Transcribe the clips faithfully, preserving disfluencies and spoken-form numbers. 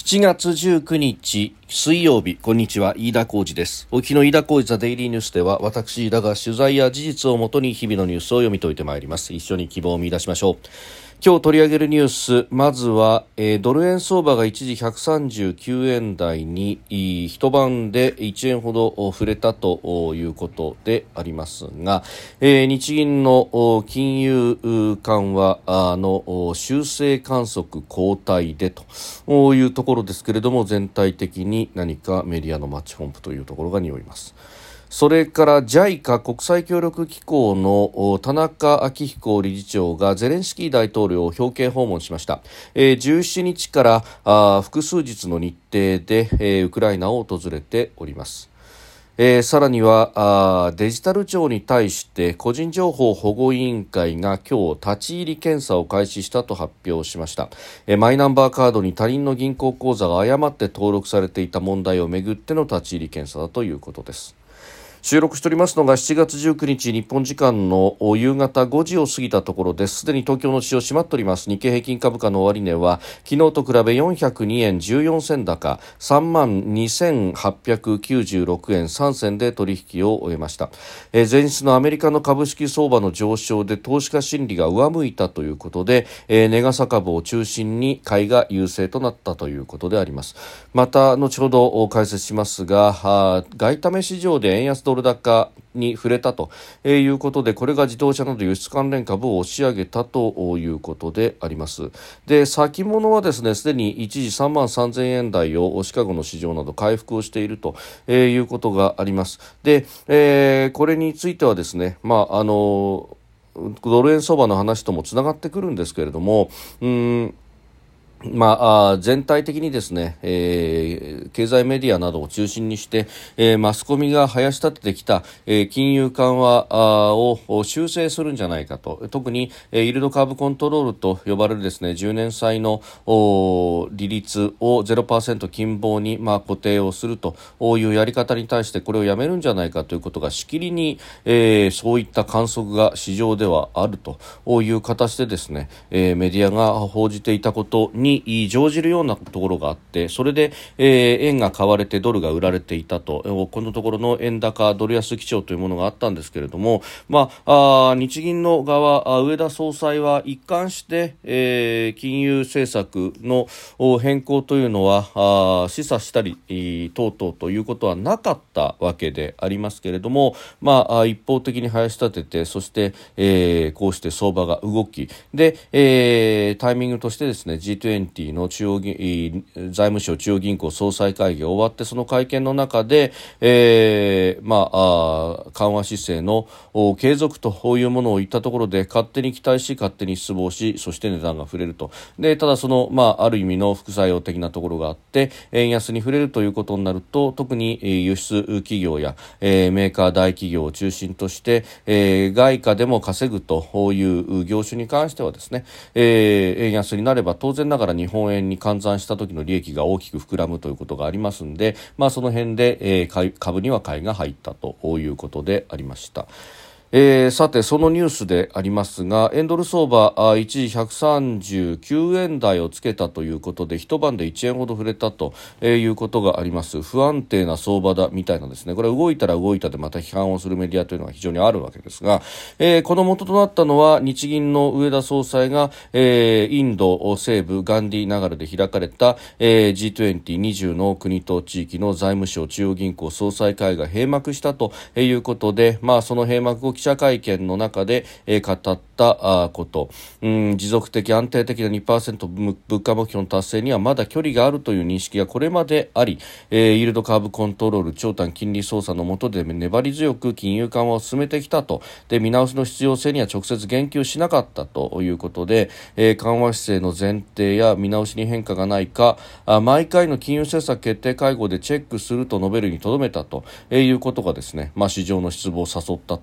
しちがつじゅうくにち水曜日、こんにちは、飯田浩司です。お聞きの飯田浩司ザデイリーニュースでは、私飯田が取材や事実をもとに日々のニュースを読み解いてまいります。一緒に希望を見出しましょう。今日取り上げるニュース、まずは、えー、ドル円相場が一時ひゃくさんじゅうきゅうえん台に一晩でいちえんほど触れたということでありますが、えー、日銀の金融緩和の修正観測後退でというところですけれども、全体的に何かメディアのマッチ本部というところが匂います。それから ジャイカ 国際協力機構の田中昭彦理事長がゼレンスキー大統領を表敬訪問しました。えー、じゅうしちにちからあ複数日の日程で、えー、ウクライナを訪れております。えー、さらにはあデジタル庁に対して個人情報保護委員会が今日立ち入り検査を開始したと発表しました。えー、マイナンバーカードに他人の銀行口座が誤って登録されていた問題をめぐっての立ち入り検査だということです。収録しておりますのがしちがつじゅうくにち日本時間の夕方ごじを過ぎたところです。すでに東京の市場閉まっております。日経平均株価の終値は昨日と比べよんひゃくにえんじゅうよんせん高 さんまんにせんはっぴゃくきゅうじゅうろくえんさんせんで取引を終えました。えー、前日のアメリカの株式相場の上昇で投資家心理が上向いたということで、えー、値傘株を中心に買いが優勢となったということであります。また後ほど解説しますが、外為市場で円安ドル高に触れたということで、これが自動車など輸出関連株を押し上げたということであります。で、先物はですね、すでに一時さんまんさんぜんえん台をシカゴの市場など回復をしているということがあります。で、えー、これについてはですね、まああのドル円相場の話ともつながってくるんですけれども、うーんまあ、全体的にですね、えー、経済メディアなどを中心にして、えー、マスコミが囃し立ててきた、えー、金融緩和を修正するんじゃないかと、特に、えー、イールドカーブコントロールと呼ばれるですね、じゅうねん債の利率を ゼロパーセント 近傍に、まあ、固定をするというやり方に対してこれをやめるんじゃないかということがしきりに、えー、そういった観測が市場ではあるという形でですね、えー、メディアが報じていたことにに乗じるようなところがあって、それで、えー、円が買われてドルが売られていたと、このところの円高ドル安基調というものがあったんですけれども、まあ、あ日銀の側、植田総裁は一貫して、えー、金融政策の変更というのはあ示唆したり等々ということはなかったわけでありますけれども、まあ、一方的に囃し立てて、そして、えー、こうして相場が動きで、えー、タイミングとしてですね ジートゥエンティー の中央銀財務省中央銀行総裁会議が終わって、その会見の中で、えーまあ、あ緩和姿勢の継続というものを言ったところで、勝手に期待し勝手に失望し、そして値段が触れると。でただその、まあ、ある意味の副作用的なところがあって、円安に触れるということになると、特に輸出企業や、えー、メーカー大企業を中心として、えー、外貨でも稼ぐという業種に関してはですね、えー、円安になれば当然ながら日本円に換算した時の利益が大きく膨らむということがありますので、まあ、その辺で、えー、株には買いが入ったということでありました。えー、さてそのニュースでありますが、円ドル相場あ一時ひゃくさんじゅうきゅうえん台をつけたということで、一晩でいちえんほど触れたということがあります。不安定な相場だみたいなですね、これ動いたら動いたでまた批判をするメディアというのが非常にあるわけですが、えー、この元となったのは日銀の植田総裁が、えー、インド西部ガンディナガルで開かれた、えー、ジートゥエンティーにじゅう の国と地域の財務省中央銀行総裁会が閉幕したということで、まあその閉幕を記者会見の中で、えー、語ったこと、うん、持続的安定的な にパーセント 物価目標の達成にはまだ距離があるという認識がこれまであり、えー、イールドカーブコントロール長短金利操作の下で粘り強く金融緩和を進めてきたと。で見直しの必要性には直接言及しなかったということで、えー、緩和姿勢の前提や見直しに変化がないか、あ毎回の金融政策決定会合でチェックすると述べるにとどめたということがですね、まあ、市場の失望を誘ったということ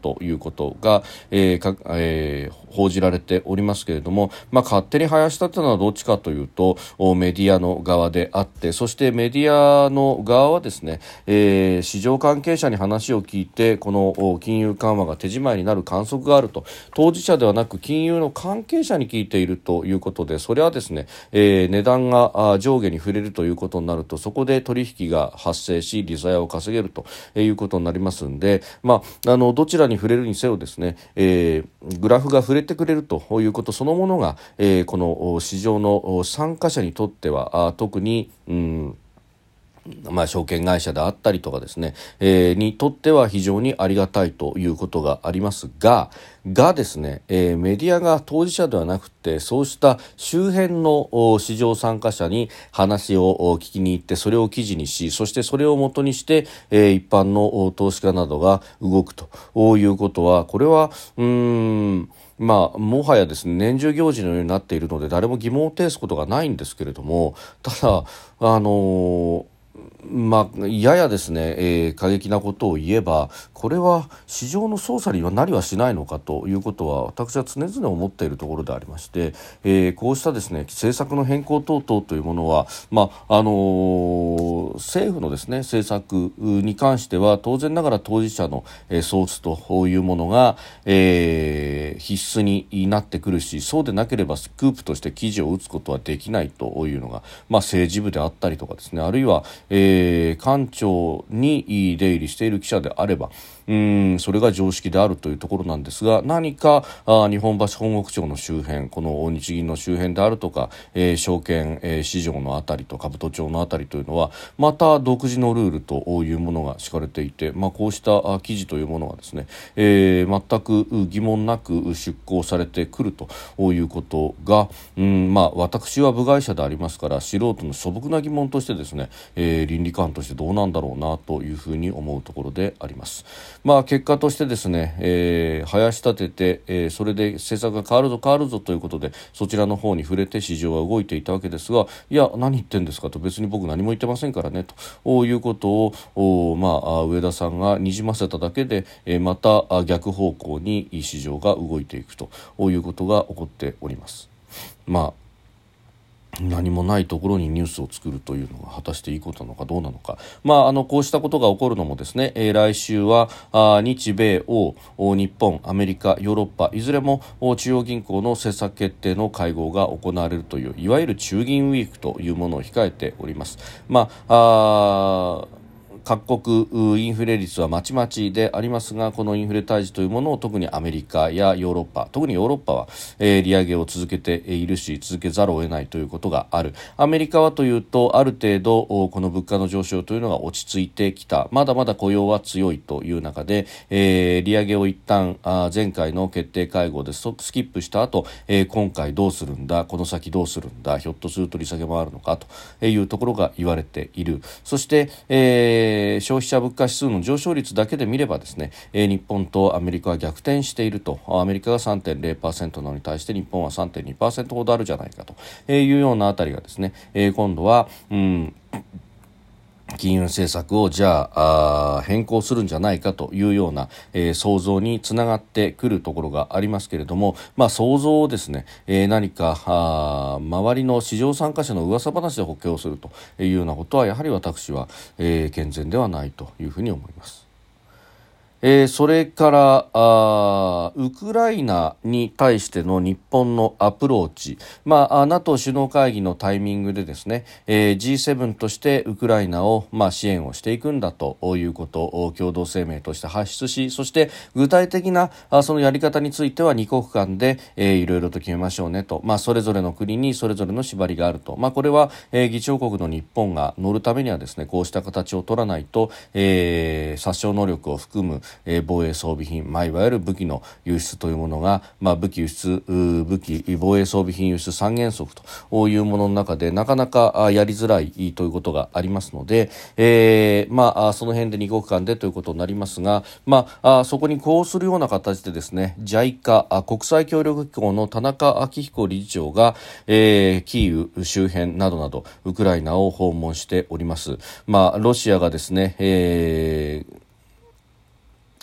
ことが、えーかえー、報じられておりますけれども、まあ、勝手に生やしたというのはどっちかというとメディアの側であって、そしてメディアの側はですね、えー、市場関係者に話を聞いてこの金融緩和が手仕舞いになる観測があると、当事者ではなく金融の関係者に聞いているということで、それはですね、えー、値段が上下に触れるということになると、そこで取引が発生し利ざやを稼げるということになりますので、まあ、あのどちらに触れるにせよですね、えー、グラフが触れてくれるということそのものが、えー、この市場の参加者にとっては特に、うんまあ、証券会社であったりとかですね、えー、にとっては非常にありがたいということがありますが、がですね、えー、メディアが当事者ではなくて、そうした周辺の市場参加者に話を聞きに行って、それを記事にし、そしてそれを元にして、えー、一般の投資家などが動くということは、これはうーんまあ、もはやですね、年中行事のようになっているので誰も疑問を呈すことがないんですけれども、ただあのーまあ、ややですね、えー、過激なことを言えば、これは市場の操作にはなりはしないのかということは私は常々思っているところでありまして、えー、こうしたですね政策の変更等々というものは、まああのー、政府のですね政策に関しては当然ながら当事者の、えー、ソースというものが、えー、必須になってくるし、そうでなければスクープとして記事を打つことはできないというのが、まあ、政治部であったりとかですね、あるいはえー、官庁に出入りしている記者であれば、うーんそれが常識であるというところなんですが、何かあ日本橋本国庁の周辺、この日銀の周辺であるとか、えー、証券、えー、市場のあたりと兜町のあたりというのはまた独自のルールというものが敷かれていて、まあ、こうした記事というものがですね、えー、全く疑問なく出稿されてくるということが、うんまあ、私は部外者でありますから、素人の素朴な疑問としてですね、えー、倫理観としてどうなんだろうなというふうに思うところであります。まあ、結果としてですね、えー、林立てて、えー、それで政策が変わるぞ変わるぞということでそちらの方に触れて市場は動いていたわけですが、いや何言ってんですかと、別に僕何も言ってませんからねということを、まあ、上田さんがにじませただけで、えー、また逆方向に市場が動いていくということが起こっております。まあ何もないところにニュースを作るというのが果たしていいことなのかどうなのか、まあ、あのこうしたことが起こるのもですね、えー、来週はあ日米欧日本アメリカヨーロッパいずれも中央銀行の政策決定の会合が行われるという、いわゆる中銀ウィークというものを控えております。まああ各国インフレ率はまちまちでありますが、このインフレ退治というものを特にアメリカやヨーロッパ、特にヨーロッパは、えー、利上げを続けているし続けざるを得ないということがある。アメリカはというとある程度この物価の上昇というのが落ち着いてきた、まだまだ雇用は強いという中で、えー、利上げを一旦あ前回の決定会合でスキップした後、えー、今回どうするんだ、この先どうするんだ、ひょっとすると利下げもあるのかというところが言われている。そして、えー消費者物価指数の上昇率だけで見ればですね、えー、日本とアメリカは逆転していると。アメリカが さんてんゼロパーセント なのに対して日本は さんてんにパーセント ほどあるじゃないかというようなあたりがですね、えー、今度はうん金融政策をじゃあ、あ変更するんじゃないかというような、えー、想像につながってくるところがありますけれども、まあ、想像をですね、えー、何かあ周りの市場参加者の噂話で補強するというようなことはやはり私は、えー、健全ではないというふうに思います。えー、それからあウクライナに対しての日本のアプローチ、まあ、NATO 首脳会議のタイミングでですね、えー、ジーセブン としてウクライナを、まあ、支援をしていくんだということを共同声明として発出し、そして具体的なあそのやり方についてはに国間で、えー、いろいろと決めましょうねと、まあ、それぞれの国にそれぞれの縛りがあると、まあ、これは、えー、議長国の日本が乗るためにはですね、こうした形を取らないと、えー、殺傷能力を含むえー、防衛装備品、まあ、いわゆる武器の輸出というものが、まあ、武器輸出武器防衛装備品輸出三原則というものの中でなかなかやりづらいということがありますので、えーまあ、その辺でに国間でということになりますが、まあ、そこにこうするような形でですね、 ジャイカ 国際協力機構の田中昭彦理事長が、えー、キーウ周辺などなどウクライナを訪問しております。まあ、ロシアがですね、えー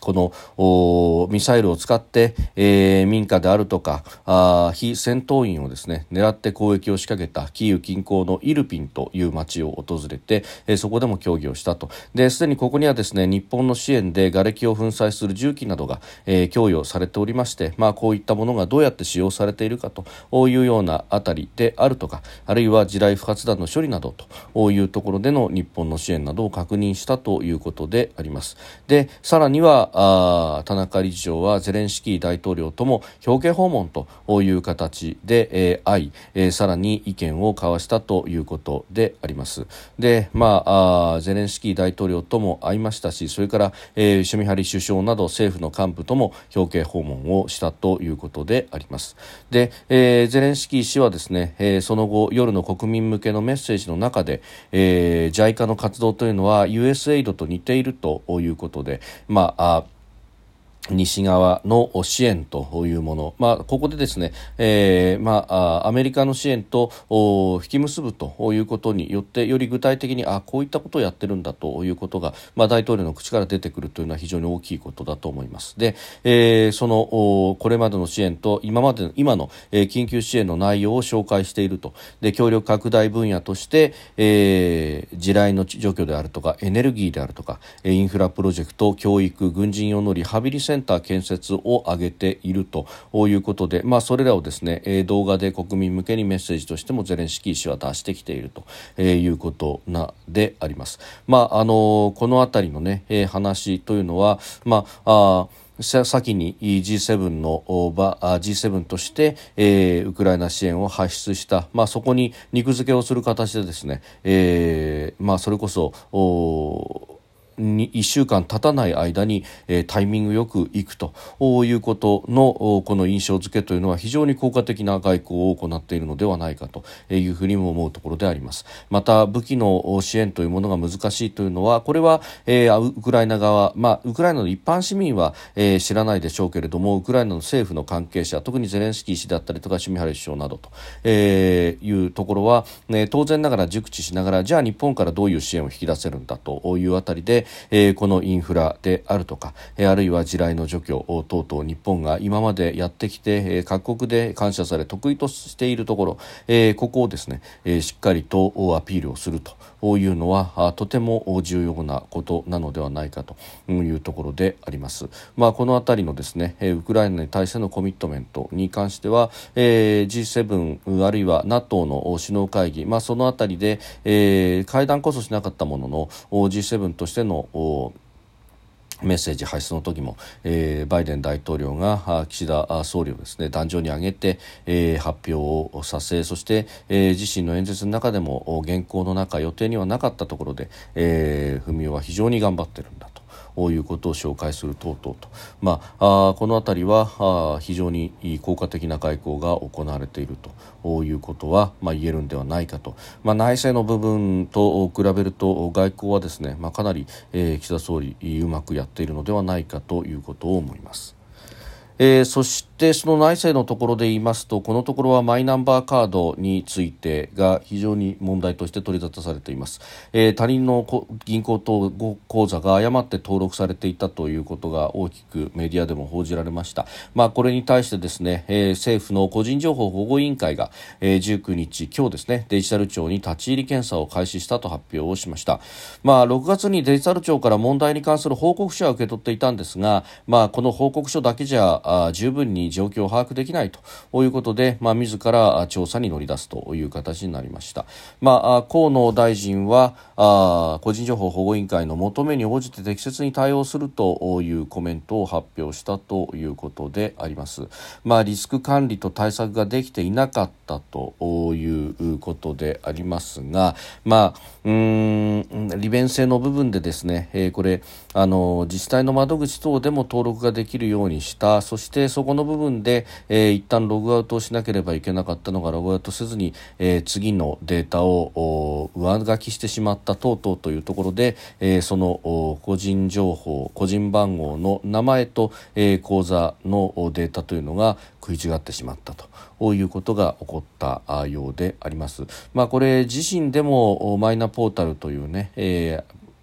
このミサイルを使って、えー、民家であるとかあ非戦闘員をですね狙って攻撃を仕掛けたキーウ近郊のイルピンという町を訪れて、えー、そこでも協議をしたと。ですでにここにはですね日本の支援で瓦礫を粉砕する重機などが、えー、供与されておりまして、まあ、こういったものがどうやって使用されているかというようなあたりであるとか、あるいは地雷不発弾の処理などというところでの日本の支援などを確認したということであります。でさらにはあ田中理事長はゼレンスキー大統領とも表敬訪問という形で、えー、会い、えー、さらに意見を交わしたということであります。で、まあ、あゼレンスキー大統領とも会いましたし、それから、えー、シュミハリ首相など政府の幹部とも表敬訪問をしたということであります。で、えー、ゼレンスキー氏はですね、えー、その後夜の国民向けのメッセージの中で、えー、ジャイカ の活動というのは ユーエスエイド と似ているということで、まあ、あ西側の支援というもの、まあ、ここでですね、えーまあ、アメリカの支援と引き結ぶということによってより具体的にあこういったことをやってるんだということが、まあ、大統領の口から出てくるというのは非常に大きいことだと思います。で、えー、そのこれまでの支援と今までの今の、えー、緊急支援の内容を紹介していると。で協力拡大分野として、えー、地雷の除去であるとかエネルギーであるとかインフラプロジェクト、教育、軍人用のリハビリセンター建設を挙げているということで、まあ、それらをですね、えー、動画で国民向けにメッセージとしてもゼレンスキー氏は出してきていると、えー、いうことなであります。まああのー、このあたりの、ねえー、話というのは、まああ先に ジーセブン の ジーセブン として、えー、ウクライナ支援を発出した、まあ、そこに肉付けをする形でですね、えーまあ、それこそにいっしゅうかん経たない間に、えー、タイミングよく行くということのこの印象付けというのは非常に効果的な外交を行っているのではないかというふうにも思うところであります。また武器の支援というものが難しいというのはこれは、えー、ウクライナ側、まあ、ウクライナの一般市民は、えー、知らないでしょうけれどもウクライナの政府の関係者特にゼレンスキー氏だったりとかシュミハリ首相などと、えー、いうところは、ね、当然ながら熟知しながらじゃあ日本からどういう支援を引き出せるんだというあたりでえー、このインフラであるとか、えー、あるいは地雷の除去等々日本が今までやってきて、えー、各国で感謝され得意としているところ、えー、ここをですね、えー、しっかりとアピールをするというのはとても重要なことなのではないかというところであります。まあ、このあたりのですねウクライナに対してのコミットメントに関しては、えー、ジーセブン あるいは ナトー の首脳会議、まあ、そのあたりで、えー、会談こそしなかったものの ジーセブン としてのメッセージ発出の時も、えー、バイデン大統領が岸田総理をですね壇上に上げて、えー、発表をさせ、そして、えー、自身の演説の中でも原稿の中予定にはなかったところで、えー、文雄は非常に頑張ってるんだとこういうことを紹介する等々と、まあ、あこのあたりはあ非常に効果的な外交が行われているということは、まあ、言えるんではないかと、まあ、内政の部分と比べると外交はですね、まあ、かなり、えー、岸田総理うまくやっているのではないかということを思います。えー、そしてその内政のところで言いますとこのところはマイナンバーカードについてが非常に問題として取り沙汰されています。えー、他人の銀行等口座が誤って登録されていたということが大きくメディアでも報じられました。まあ、これに対してですね、えー、政府の個人情報保護委員会が、えー、じゅうくにち今日ですねデジタル庁に立ち入り検査を開始したと発表をしました。まあ、ろくがつにデジタル庁から問題に関する報告書は受け取っていたんですが、まあ、この報告書だけじゃあ十分に状況を把握できないということで、まあ、自ら調査に乗り出すという形になりました。まあ、河野大臣はあ個人情報保護委員会の求めに応じて適切に対応するというコメントを発表したということであります。まあ、リスク管理と対策ができていなかったということでありますが、まあ、うーん利便性の部分でですね、えー、これあの自治体の窓口等でも登録ができるようにした。そしてそこの部分で、えー、一旦ログアウトをしなければいけなかったのがログアウトせずに、えー、次のデータを上書きしてしまった等々というところで、えー、その個人情報個人番号の名前と、えー、口座のデータというのが食い違ってしまったということが起こったようであります。まあ、これ自身でもマイナポータルというね、えー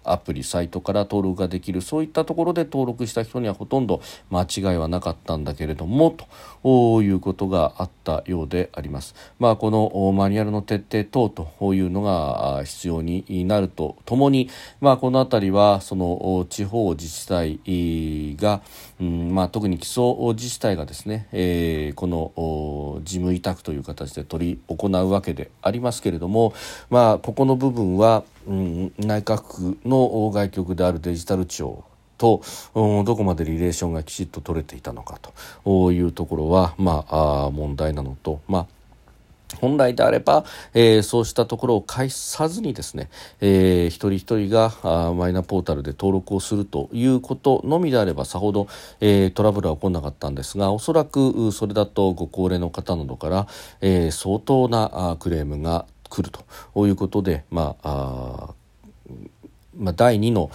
アプリサイトから登録ができる、そういったところで登録した人にはほとんど間違いはなかったんだけれどもということがあったようであります。まあ、このマニュアルの徹底等というのが必要になるとともに、まあ、このあたりはその地方自治体が、うんまあ、特に基礎自治体がですね、えー、この事務委託という形で取り行うわけでありますけれども、まあ、ここの部分は、うん、内閣府の外局であるデジタル庁とどこまでリレーションがきちっと取れていたのかというところは、まあ、問題なのと、まあ本来であれば、えー、そうしたところを介さずにですね、えー、一人一人があマイナポータルで登録をするということのみであればさほど、えー、トラブルは起こらなかったんですが、おそらくそれだとご高齢の方などから、えー、相当なあクレームが来るということで、まあ、あまあ、だいにの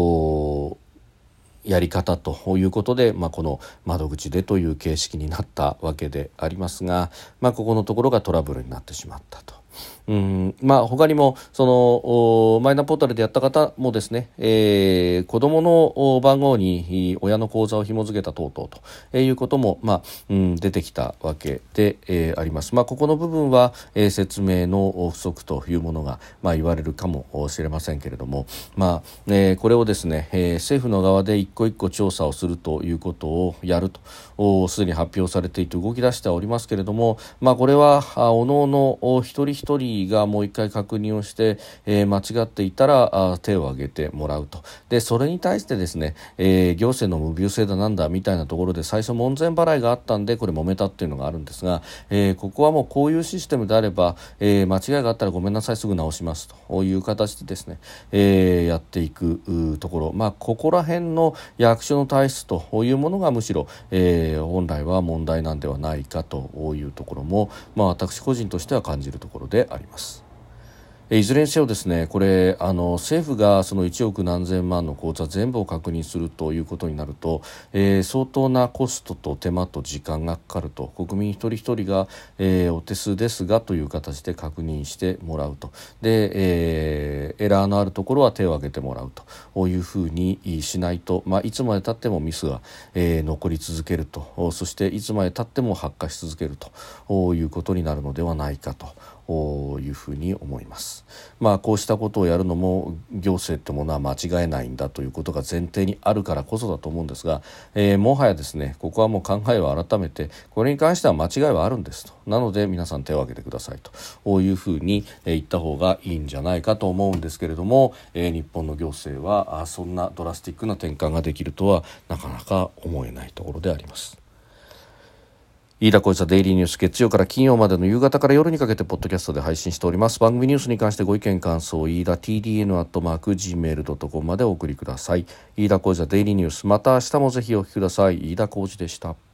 やり方ということで、まあ、この窓口でという形式になったわけでありますが、まあ、ここのところがトラブルになってしまったと。うんまあ、他にもそのマイナポータルでやった方もですね、えー、子どもの番号に親の口座を紐付けた等々ということも、まあうん、出てきたわけで、えー、あります。まあ、ここの部分は、えー、説明の不足というものが、まあ、言われるかもしれませんけれども、まあえー、これをですね、えー、政府の側で一個一個調査をするということをやるとすでに発表されていて動き出しておりますけれども、まあ、これはおのおの一人一人がもう一回確認をして、えー、間違っていたら手を挙げてもらうと。でそれに対してですね、えー、行政の無病性だなんだみたいなところで最初門前払いがあったんでこれ揉めたっていうのがあるんですが、えー、ここはもうこういうシステムであれば、えー、間違いがあったらごめんなさいすぐ直しますという形でですね、えー、やっていくところ、まあ、ここら辺の役所の体質というものがむしろ、えー、本来は問題なんではないかというところも、まあ、私個人としては感じるところであります。いずれにせよですね、これあの政府がそのいちおくなんぜんまんの口座全部を確認するということになると、えー、相当なコストと手間と時間がかかると。国民一人一人が、えー、お手数ですがという形で確認してもらうと。で、えー、エラーのあるところは手を挙げてもらうというふうにしないと、まあ、いつまで経ってもミスが、えー、残り続けると。そしていつまで経っても発火し続けるということになるのではないかというふうに思います。まあ、こうしたことをやるのも行政ってものは間違えないんだということが前提にあるからこそだと思うんですが、えー、もはやですねここはもう考えを改めてこれに関しては間違いはあるんですと。なので皆さん手を挙げてくださいというふうに言った方がいいんじゃないかと思うんですけれども、えー、日本の行政はそんなドラスティックな転換ができるとはなかなか思えないところであります。飯田浩司デイリーニュース、月曜から金曜までの夕方から夜にかけてポッドキャストで配信しております。番組ニュースに関してご意見感想、飯田 ティーディーエヌ アットマーク ジーメール ドットコム までお送りください。飯田浩司デイリーニュース、また明日もぜひお聞きください。飯田浩司でした。